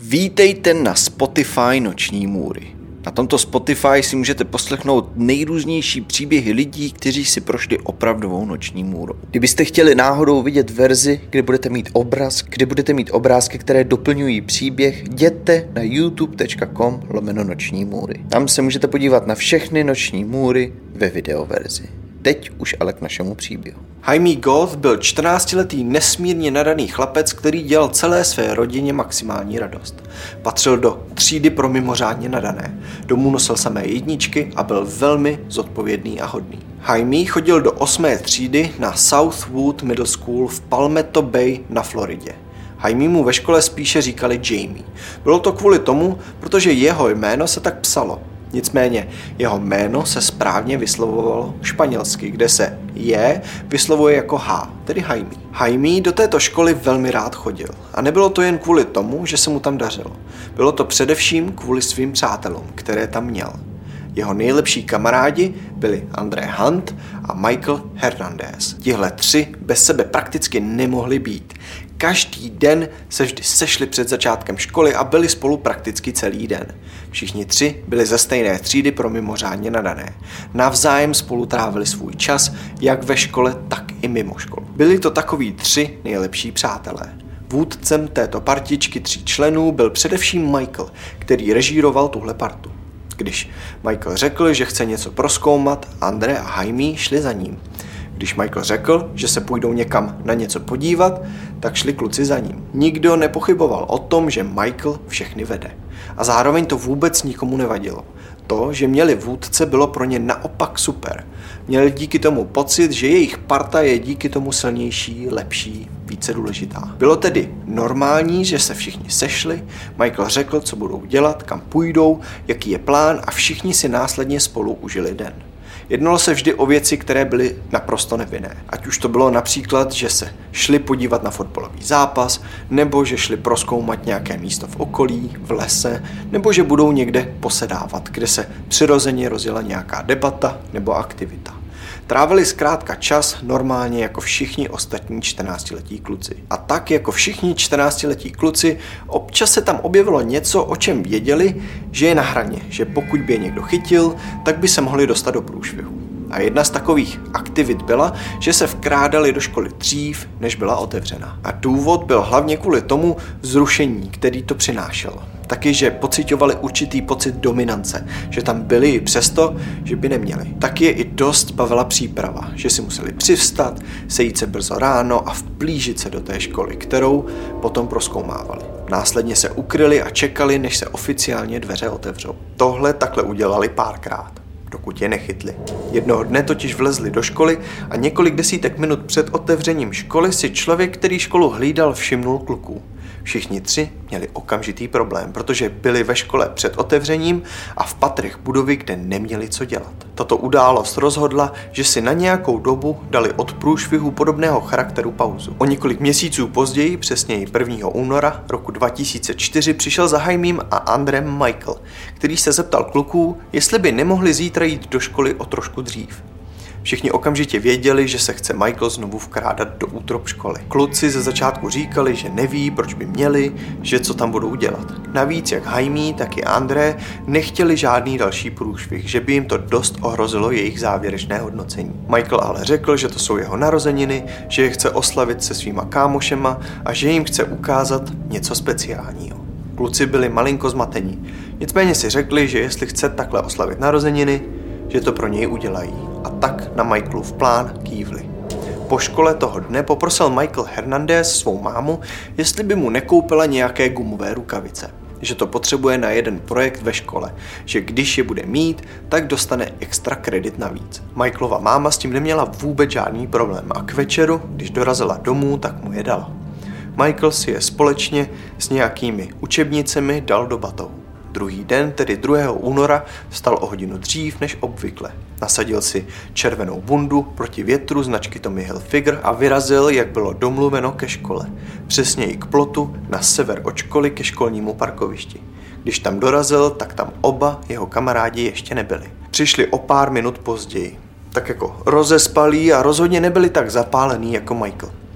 Vítejte na Spotify Noční můry. Na tomto Spotify si můžete poslechnout nejrůznější příběhy lidí, kteří si prošli opravdovou noční můrou. Kdybyste chtěli náhodou vidět verzi, kde budete mít obraz, kde budete mít obrázky, které doplňují příběh, jděte na youtube.com/noční můry. Tam se můžete podívat na všechny noční můry ve videoverzi. Teď už ale k našemu příběhu. Jaime Goth byl 14letý nesmírně nadaný chlapec, který dělal celé své rodině maximální radost. Patřil do třídy pro mimořádně nadané. Domů nosil samé jedničky a byl velmi zodpovědný a hodný. Jaime chodil do 8. třídy na Southwood Middle School v Palmetto Bay na Floridě. Jaime mu ve škole spíše říkali Jamie. Bylo to kvůli tomu, protože jeho jméno se tak psalo. Nicméně jeho jméno se správně vyslovovalo španělsky, kde se je vyslovuje jako H, tedy Jaime. Jaime do této školy velmi rád chodil a nebylo to jen kvůli tomu, že se mu tam dařilo. Bylo to především kvůli svým přátelům, které tam měl. Jeho nejlepší kamarádi byli Andre Hunt a Michael Hernandez. Tihle tři bez sebe prakticky nemohli být. Každý den se vždy sešli před začátkem školy a byli spolu prakticky celý den. Všichni tři byli ze stejné třídy pro mimořádně nadané. Navzájem spolu trávili svůj čas, jak ve škole, tak i mimo školu. Byli to takoví tři nejlepší přátelé. Vůdcem této partičky 3 členů byl především Michael, který režíroval tuhle partu. Když Michael řekl, že chce něco prozkoumat, Andre a Jaime šli za ním. Když Michael řekl, že se půjdou někam na něco podívat, tak šli kluci za ním. Nikdo nepochyboval o tom, že Michael všechny vede. A zároveň to vůbec nikomu nevadilo. To, že měli vůdce, bylo pro ně naopak super. Měli díky tomu pocit, že jejich parta je díky tomu silnější, lepší, více důležitá. Bylo tedy normální, že se všichni sešli, Michael řekl, co budou dělat, kam půjdou, jaký je plán a všichni si následně spolu užili den. Jednalo se vždy o věci, které byly naprosto nevinné. Ať už to bylo například, že se šli podívat na fotbalový zápas, nebo že šli prozkoumat nějaké místo v okolí, v lese, nebo že budou někde posedávat, kde se přirozeně rozjela nějaká debata nebo aktivita. Trávili zkrátka čas normálně jako všichni ostatní 14letí kluci. A tak jako všichni 14letí kluci občas se tam objevilo něco, o čem věděli, že je na hraně, že pokud by je někdo chytil, tak by se mohli dostat do průšvihu. A jedna z takových aktivit byla, že se vkrádali do školy dřív, než byla otevřena. A důvod byl hlavně kvůli tomu vzrušení, který to přinášelo. Taky, že pociťovali určitý pocit dominance, že tam byli i přesto, že by neměli. Taky je i dost bavila příprava, že si museli přivstat, sejít se brzo ráno a vplížit se do té školy, kterou potom prozkoumávali. Následně se ukryli a čekali, než se oficiálně dveře otevřou. Tohle takhle udělali párkrát, dokud je nechytli. Jednoho dne totiž vlezli do školy a několik desítek minut před otevřením školy si člověk, který školu hlídal, všimnul kluků. Všichni tři měli okamžitý problém, protože byli ve škole před otevřením a v patrech budovy, kde neměli co dělat. Tato událost rozhodla, že si na nějakou dobu dali od průšvihu podobného charakteru pauzu. O několik měsíců později, přesněji 1. února roku 2004, přišel za Jaimem a Andrem Michael, který se zeptal kluků, jestli by nemohli zítra jít do školy o trošku dřív. Všichni okamžitě věděli, že se chce Michael znovu vkrádat do útrob školy. Kluci ze začátku říkali, že neví, proč by měli, že co tam budou dělat. Navíc jak Jaime, tak i André nechtěli žádný další průšvih, že by jim to dost ohrozilo jejich závěrečné hodnocení. Michael ale řekl, že to jsou jeho narozeniny, že je chce oslavit se svýma kámošema a že jim chce ukázat něco speciálního. Kluci byli malinko zmatení, nicméně si řekli, že jestli chce takhle oslavit narozeniny, že to pro něj udělají. A tak na Michaelův plán kývli. Po škole toho dne poprosil Michael Hernandez svou mámu, jestli by mu nekoupila nějaké gumové rukavice. Že to potřebuje na jeden projekt ve škole, že když je bude mít, tak dostane extra kredit navíc. Michaelova máma s tím neměla vůbec žádný problém a k večeru, když dorazila domů, tak mu je dala. Michael si je společně s nějakými učebnicemi dal do batohu. Druhý den, tedy 2. února, vstal o hodinu dřív než obvykle. Nasadil si červenou bundu proti větru značky Tommy Hilfiger a vyrazil, jak bylo domluveno, ke škole. Přesněji k plotu na sever od školy ke školnímu parkovišti. Když tam dorazil, tak tam oba jeho kamarádi ještě nebyli. Přišli o pár minut později. Tak jako rozespalí a rozhodně nebyli tak zapálení jako Michael.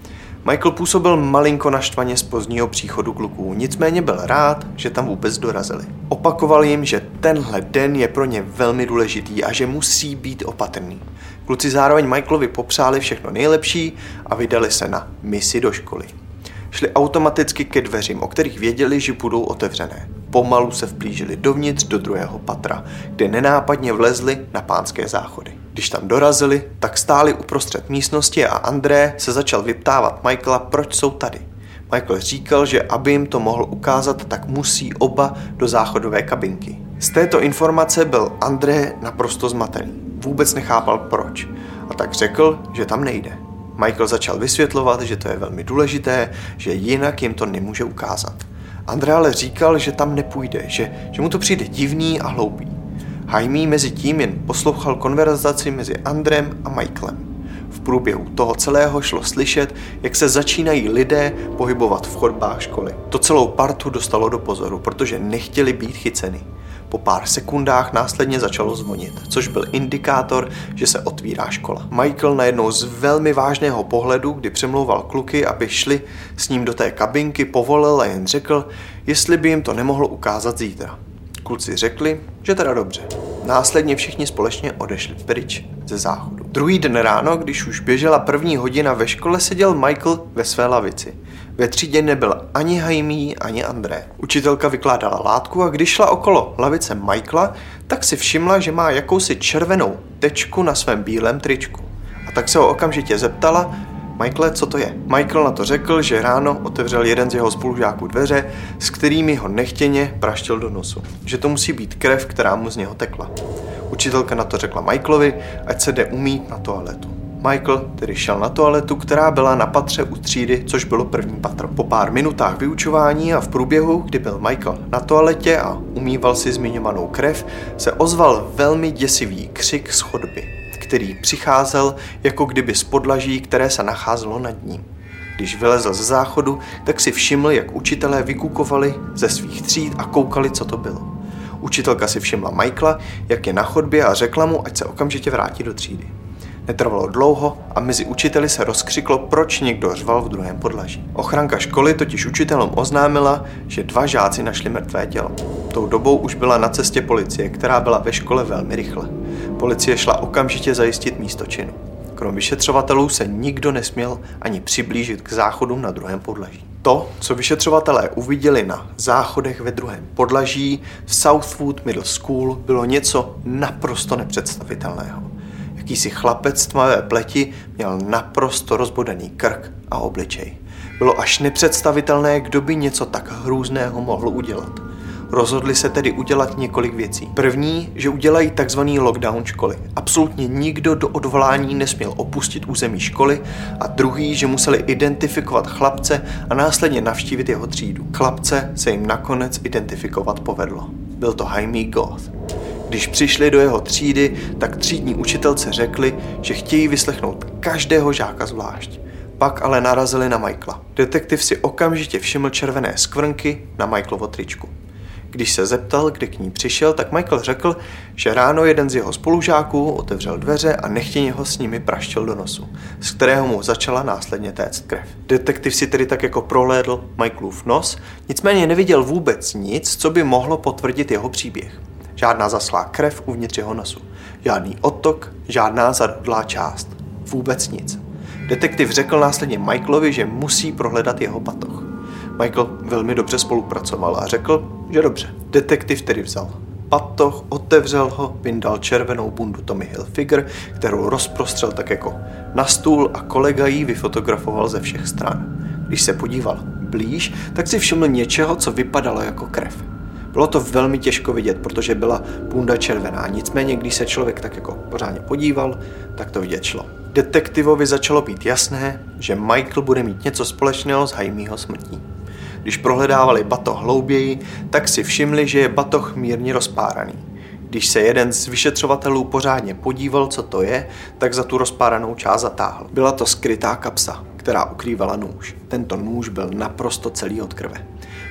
Michael působil malinko naštvaně z pozdního příchodu kluků, nicméně byl rád, že tam vůbec dorazili. Opakoval jim, že tenhle den je pro ně velmi důležitý a že musí být opatrný. Kluci zároveň Michaelovi popřáli všechno nejlepší a vydali se na misi do školy. Šli automaticky ke dveřím, o kterých věděli, že budou otevřené. Pomalu se vplížili dovnitř do druhého patra, kde nenápadně vlezli na pánské záchody. Když tam dorazili, tak stáli uprostřed místnosti a André se začal vyptávat Michaela, proč jsou tady. Michael říkal, že aby jim to mohl ukázat, tak musí oba do záchodové kabinky. Z této informace byl André naprosto zmatený. Vůbec nechápal proč. A tak řekl, že tam nejde. Michael začal vysvětlovat, že to je velmi důležité, že jinak jim to nemůže ukázat. André ale říkal, že tam nepůjde, že mu to přijde divný a hloupý. Jaime mezi tím jen poslouchal konverzaci mezi Andrem a Michaelem. V průběhu toho celého šlo slyšet, jak se začínají lidé pohybovat v chodbách školy. To celou partu dostalo do pozoru, protože nechtěli být chyceni. Po pár sekundách následně začalo zvonit, což byl indikátor, že se otvírá škola. Michael najednou z velmi vážného pohledu, kdy přemlouval kluky, aby šli s ním do té kabinky, povolil a jen řekl, jestli by jim to nemohlo ukázat zítra. Kluci řekli, že teda dobře. Následně všichni společně odešli pryč ze záchodu. Druhý den ráno, když už běžela první hodina ve škole, seděl Michael ve své lavici. Ve třídě nebyl ani Jaime, ani André. Učitelka vykládala látku a když šla okolo lavice Michaela, tak si všimla, že má jakousi červenou tečku na svém bílém tričku. A tak se ho okamžitě zeptala, Michaele, co to je? Michael na to řekl, že ráno otevřel jeden z jeho spolužáků dveře, s kterými ho nechtěně praštil do nosu. Že to musí být krev, která mu z něho tekla. Učitelka na to řekla Michaelovi, ať se jde umýt na toaletu. Michael tedy šel na toaletu, která byla na patře u třídy, což bylo první patro. Po pár minutách vyučování a v průběhu, kdy byl Michael na toaletě a umýval si zmiňovanou krev, se ozval velmi děsivý křik z chodby, který přicházel jako kdyby z podlaží, které se nacházelo nad ním. Když vylezl ze záchodu, tak si všiml, jak učitelé vykukovali ze svých tříd a koukali, co to bylo. Učitelka si všimla Michaela, jak je na chodbě a řekla mu, ať se okamžitě vrátí do třídy. Netrvalo dlouho a mezi učiteli se rozkřiklo, proč někdo řval v druhém podlaží. Ochranka školy totiž učitelům oznámila, že 2 žáci našli mrtvé tělo. Tou dobou už byla na cestě policie, která byla ve škole velmi rychle. Policie šla okamžitě zajistit místo činu. Krom vyšetřovatelů se nikdo nesměl ani přiblížit k záchodům na druhém podlaží. To, co vyšetřovatelé uviděli na záchodech ve druhém podlaží v Southwood Middle School, bylo něco naprosto nepředstavitelného. Jakýsi chlapec tmavé pleti měl naprosto rozbodený krk a obličej. Bylo až nepředstavitelné, kdo by něco tak hrůzného mohl udělat. Rozhodli se tedy udělat několik věcí. První, že udělají takzvaný lockdown školy. Absolutně nikdo do odvolání nesměl opustit území školy a druhý, že museli identifikovat chlapce a následně navštívit jeho třídu. Chlapce se jim nakonec identifikovat povedlo. Byl to Jaime Goth. Když přišli do jeho třídy, tak třídní učitelce řekli, že chtějí vyslechnout každého žáka zvlášť. Pak ale narazili na Michaela. Detektiv si okamžitě všiml červené skvrnky na Michaelovo tričku. Když se zeptal, kde k ní přišel, tak Michael řekl, že ráno jeden z jeho spolužáků otevřel dveře a nechtěně ho s nimi praštil do nosu, z kterého mu začala následně téct krev. Detektiv si tedy tak jako prohlédl Michaelův nos, nicméně neviděl vůbec nic, co by mohlo potvrdit jeho příběh. Žádná zaslá krev uvnitř jeho nosu, žádný odtok, žádná zadudlá část. Vůbec nic. Detektiv řekl následně Michaelovi, že musí prohledat jeho batoh. Michael velmi dobře spolupracoval a řekl, že dobře. Detektiv tedy vzal batoh, otevřel ho, vyndal červenou bundu Tommy Hilfiger, kterou rozprostřel tak jako na stůl a kolega ji vyfotografoval ze všech stran. Když se podíval blíž, tak si všiml něčeho, co vypadalo jako krev. Bylo to velmi těžko vidět, protože byla bunda červená, nicméně když se člověk tak jako pořádně podíval, tak to vidět šlo. Detektivovi začalo být jasné, že Michael bude mít něco společného s Jaimeho smrtí. Když prohledávali batoh hlouběji, tak si všimli, že je batoh mírně rozpáraný. Když se jeden z vyšetřovatelů pořádně podíval, co to je, tak za tu rozpáranou část zatáhl. Byla to skrytá kapsa, která ukrývala nůž. Tento nůž byl naprosto celý od krve.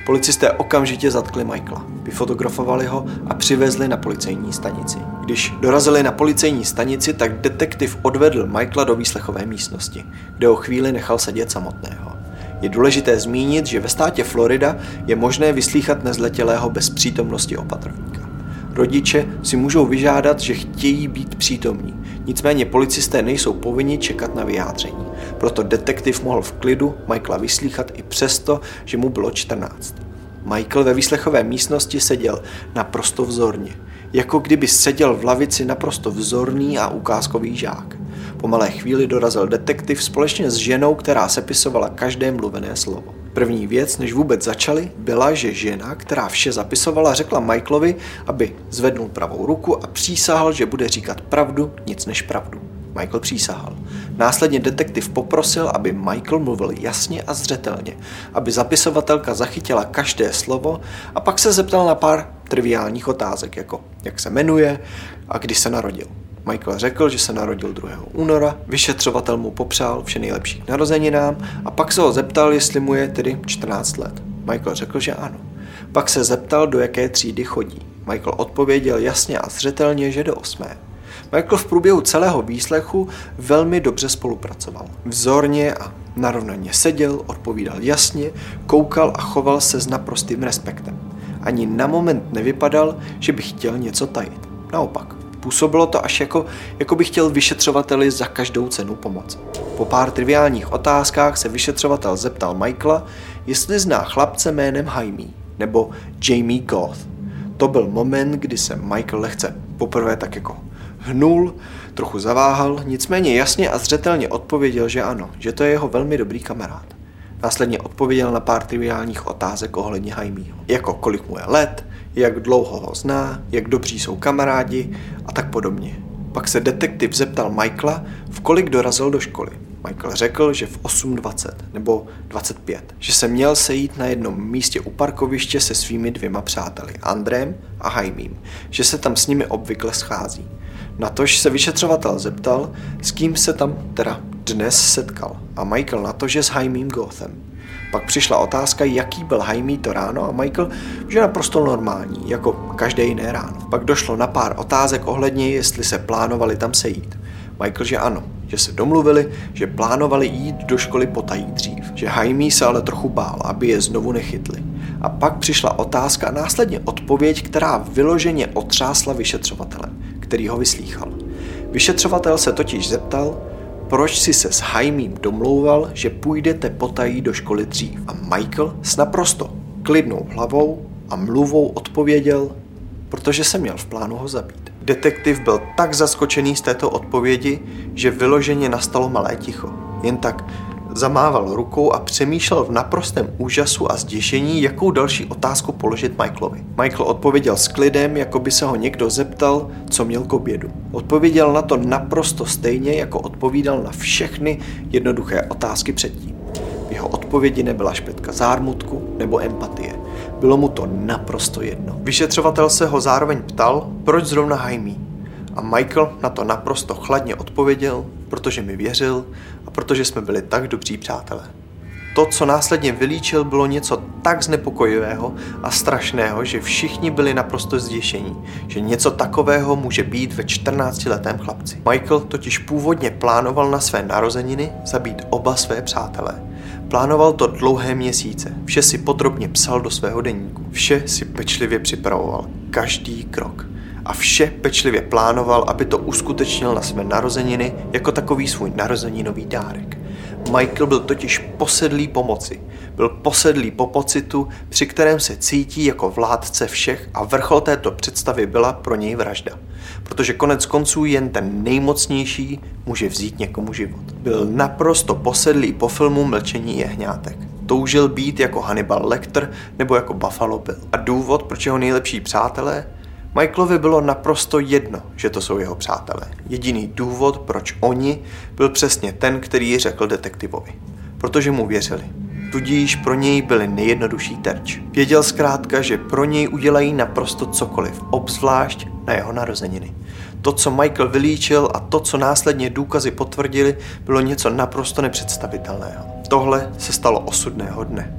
Policisté okamžitě zatkli Michaela, vyfotografovali ho a přivezli na policejní stanici. Když dorazili na policejní stanici, tak detektiv odvedl Michaela do výslechové místnosti, kde ho chvíli nechal sedět samotného. Je důležité zmínit, že ve státě Florida je možné vyslýchat nezletilého bez přítomnosti opatrovníka. Rodiče si můžou vyžádat, že chtějí být přítomní, nicméně policisté nejsou povinni čekat na vyjádření. Proto detektiv mohl v klidu Michaela vyslýchat i přesto, že mu bylo 14. Michael ve výslechové místnosti seděl naprosto vzorně, jako kdyby seděl v lavici naprosto vzorný a ukázkový žák. Po malé chvíli dorazil detektiv společně s ženou, která sepisovala každé mluvené slovo. První věc, než vůbec začali, byla, že žena, která vše zapisovala, řekla Michaelovi, aby zvednul pravou ruku a přísahal, že bude říkat pravdu, nic než pravdu. Michael přísahal. Následně detektiv poprosil, aby Michael mluvil jasně a zřetelně, aby zapisovatelka zachytila každé slovo a pak se zeptal na pár triviálních otázek, jako jak se jmenuje a kdy se narodil. Michael řekl, že se narodil 2. února, vyšetřovatel mu popřál vše nejlepší k narozeninám a pak se ho zeptal, jestli mu je tedy 14 let. Michael řekl, že ano. Pak se zeptal, do jaké třídy chodí. Michael odpověděl jasně a zřetelně, že do 8. Michael v průběhu celého výslechu velmi dobře spolupracoval. Vzorně a narovnaně seděl, odpovídal jasně, koukal a choval se s naprostým respektem. Ani na moment nevypadal, že by chtěl něco tajit. Naopak. Působilo to až jako by chtěl vyšetřovateli za každou cenu pomoct. Po pár triviálních otázkách se vyšetřovatel zeptal Michaela, jestli zná chlapce jménem Jaime nebo Jamie Goth. To byl moment, kdy se Michael lehce poprvé tak jako hnul, trochu zaváhal, nicméně jasně a zřetelně odpověděl, že ano, že to je jeho velmi dobrý kamarád. Následně odpověděl na pár triviálních otázek ohledně Jaimeho, jako kolik mu je let, jak dlouho ho zná, jak dobří jsou kamarádi a tak podobně. Pak se detektiv zeptal Michaela, v kolik dorazil do školy. Michael řekl, že v 8:20 nebo 25, že se měl sejít na jednom místě u parkoviště se svými 2 přáteli, Andrem a Jaimem, že se tam s nimi obvykle schází. Natož se vyšetřovatel zeptal, s kým se tam teda dnes setkal a Michael na to, že s Jaimem Gothem. Pak přišla otázka, jaký byl Jaime to ráno a Michael, že naprosto normální, jako každé jiné ráno. Pak došlo na pár otázek ohledně, jestli se plánovali tam sejít. Michael, že ano, že se domluvili, že plánovali jít do školy potají dřív, že Jaime se ale trochu bál, aby je znovu nechytli. A pak přišla otázka a následně odpověď, která vyloženě otřásla vyšetřovatele, který ho vyslýchal. Vyšetřovatel se totiž zeptal, proč si se s Jaimem domlouval, že půjdete potají do školy dřív. A Michael s naprosto klidnou hlavou a mluvou odpověděl, protože jsem měl v plánu ho zabít. Detektiv byl tak zaskočený z této odpovědi, že vyloženě nastalo malé ticho. Jen tak zamával rukou a přemýšlel v naprostém úžasu a zděšení, jakou další otázku položit Michaelovi. Michael odpověděl s klidem, jako by se ho někdo zeptal, co měl k obědu. Odpověděl na to naprosto stejně, jako odpovídal na všechny jednoduché otázky předtím. V jeho odpovědi nebyla špetka zármutku nebo empatie. Bylo mu to naprosto jedno. Vyšetřovatel se ho zároveň ptal, proč zrovna Jaime. A Michael na to naprosto chladně odpověděl, protože mi věřil a protože jsme byli tak dobří přátelé. To, co následně vylíčil, bylo něco tak znepokojivého a strašného, že všichni byli naprosto zděšení, že něco takového může být ve 14letém chlapci. Michael totiž původně plánoval na své narozeniny zabít oba své přátelé. Plánoval to dlouhé měsíce, vše si podrobně psal do svého deníku, vše si pečlivě připravoval, každý krok. A vše pečlivě plánoval, aby to uskutečnil na své narozeniny jako takový svůj narozeninový dárek. Michael byl totiž posedlý po moci. Byl posedlý po pocitu, při kterém se cítí jako vládce všech a vrchol této představy byla pro něj vražda. Protože konec konců jen ten nejmocnější může vzít někomu život. Byl naprosto posedlý po filmu Mlčení jehňátek. Toužil být jako Hannibal Lecter nebo jako Buffalo Bill. A důvod, proč jeho nejlepší přátelé? Michaelovi bylo naprosto jedno, že to jsou jeho přátelé. Jediný důvod, proč oni, byl přesně ten, který řekl detektivovi. Protože mu věřili. Tudíž pro něj byli nejjednodušší terč. Věděl zkrátka, že pro něj udělají naprosto cokoliv, obzvlášť na jeho narozeniny. To, co Michael vylíčil a to, co následně důkazy potvrdili, bylo něco naprosto nepředstavitelného. Tohle se stalo osudného dne.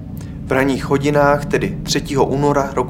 V ranních hodinách, tedy 3. února roku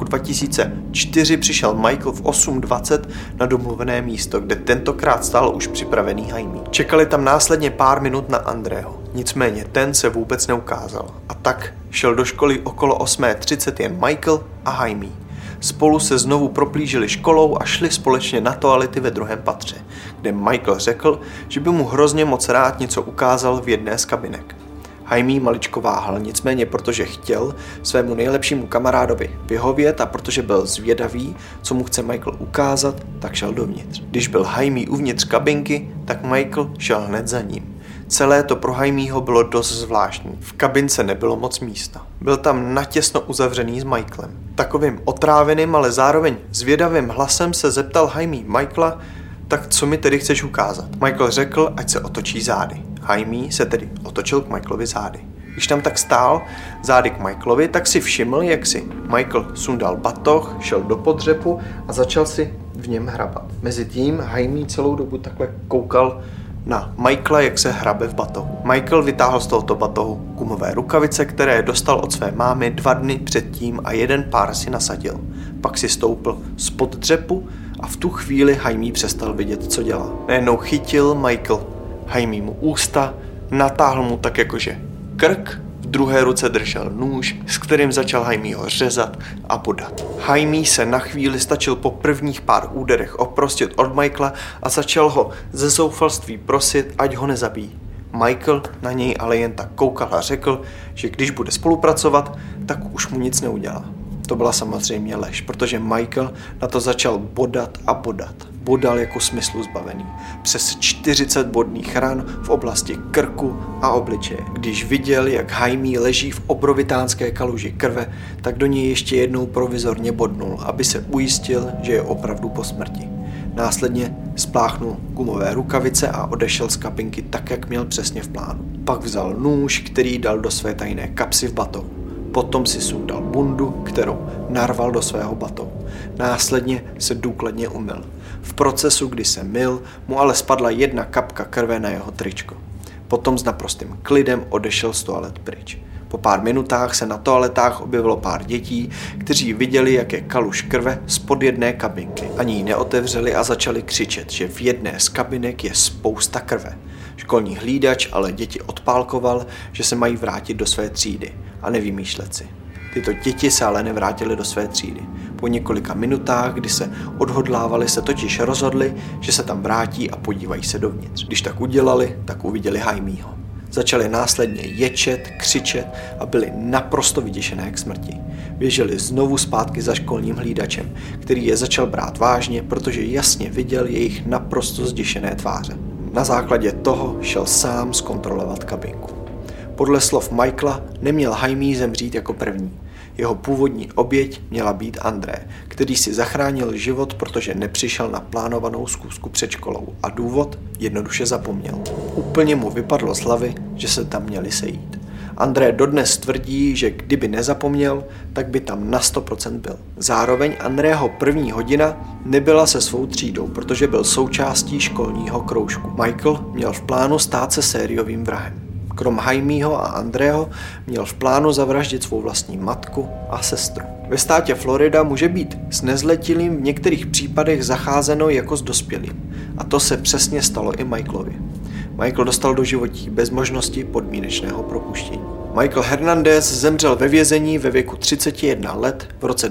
2004, přišel Michael v 8:20 na domluvené místo, kde tentokrát stál už připravený Jaime. Čekali tam následně pár minut na Andreho, nicméně ten se vůbec neukázal. A tak šel do školy okolo 8:30 jen Michael a Jaime. Spolu se znovu proplížili školou a šli společně na toalety ve druhém patře, kde Michael řekl, že by mu hrozně moc rád něco ukázal v jedné z kabinek. Jaime maličko váhal, nicméně protože chtěl svému nejlepšímu kamarádovi vyhovět a protože byl zvědavý, co mu chce Michael ukázat, tak šel dovnitř. Když byl Jaime uvnitř kabinky, tak Michael šel hned za ním. Celé to pro Jaimeho bylo dost zvláštní. V kabince nebylo moc místa. Byl tam natěsno uzavřený s Michaelem. Takovým otráveným, ale zároveň zvědavým hlasem se zeptal Jaime Michaela, tak co mi tedy chceš ukázat? Michael řekl, ať se otočí zády. Jaime se tedy otočil k Michaelovi zády. Když tam tak stál zády k Michaelovi, tak si všiml, jak si Michael sundal batoh, šel do podřepu a začal si v něm hrabat. Mezitím Jaime celou dobu takhle koukal na Michaela, jak se hrabe v batohu. Michael vytáhl z tohoto batohu gumové rukavice, které dostal od své mámy 2 dny předtím a jeden pár si nasadil. Pak si stoupl spod dřepu a v tu chvíli Jaime přestal vidět, co dělá. Najednou chytil Michael Jaimemu ústa, natáhl mu tak jakože krk, v druhé ruce držel nůž, s kterým začal Jaimeho řezat a bodat. Jaime se na chvíli stačil po prvních pár úderech oprostit od Michaela a začal ho ze zoufalství prosit, ať ho nezabíjí. Michael na něj ale jen tak koukal a řekl, že když bude spolupracovat, tak už mu nic neudělá. To byla samozřejmě lež, protože Michael na to začal bodat a bodat. Bodal jako smyslu zbavený. Přes 40 bodných ran v oblasti krku a obličeje. Když viděl, jak Jaime leží v obrovitánské kaluži krve, tak do něj ještě jednou provizorně bodnul, aby se ujistil, že je opravdu po smrti. Následně spláchnul gumové rukavice a odešel z kabinky tak, jak měl přesně v plánu. Pak vzal nůž, který dal do své tajné kapsy v batohu. Potom si sundal bundu, kterou narval do svého batohu. Následně se důkladně umyl. V procesu, kdy se myl, mu ale spadla 1 kapka krve na jeho tričko. Potom s naprostým klidem odešel z toalet pryč. Po pár minutách se na toaletách objevilo pár dětí, kteří viděli, jak je kaluž krve spod jedné kabinky. Ani ji neotevřeli a začali křičet, že v jedné z kabinek je spousta krve. Školní hlídač ale děti odpálkoval, že se mají vrátit do své třídy a nevymýšlet si. Tyto děti se ale nevrátily do své třídy. Po několika minutách, kdy se odhodlávali, se totiž rozhodli, že se tam vrátí a podívají se dovnitř. Když tak udělali, tak uviděli Jaimeho. Začali následně ječet, křičet a byli naprosto vyděšené k smrti. Běželi znovu zpátky za školním hlídačem, který je začal brát vážně, protože jasně viděl jejich naprosto zděšené tváře. Na základě toho šel sám zkontrolovat kabinku. Podle slov Michaela neměl Jaime zemřít jako první. Jeho původní oběť měla být André, který si zachránil život, protože nepřišel na plánovanou schůzku před školou a důvod jednoduše zapomněl. Úplně mu vypadlo z hlavy, že se tam měli sejít. André dodnes tvrdí, že kdyby nezapomněl, tak by tam na 100% byl. Zároveň Andrého první hodina nebyla se svou třídou, protože byl součástí školního kroužku. Michael měl v plánu stát se sériovým vrahem. Krom Jaimeho a Andreho měl v plánu zavraždit svou vlastní matku a sestru. Ve státě Florida může být s nezletilým v některých případech zacházeno jako s dospělým. A to se přesně stalo i Michaelovi. Michael dostal do životí bez možnosti podmínečného propuštění. Michael Hernandez zemřel ve vězení ve věku 31 let v roce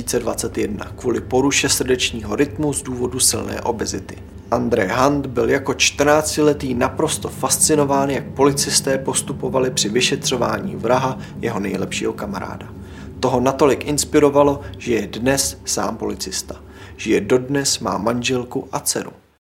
2021 kvůli poruše srdečního rytmu z důvodu silné obezity. André Hunt byl jako 14letý naprosto fascinován, jak policisté postupovali při vyšetřování vraha jeho nejlepšího kamaráda. Toho natolik inspirovalo, že je dnes sám policista. Žije dodnes, má manželku a dceru.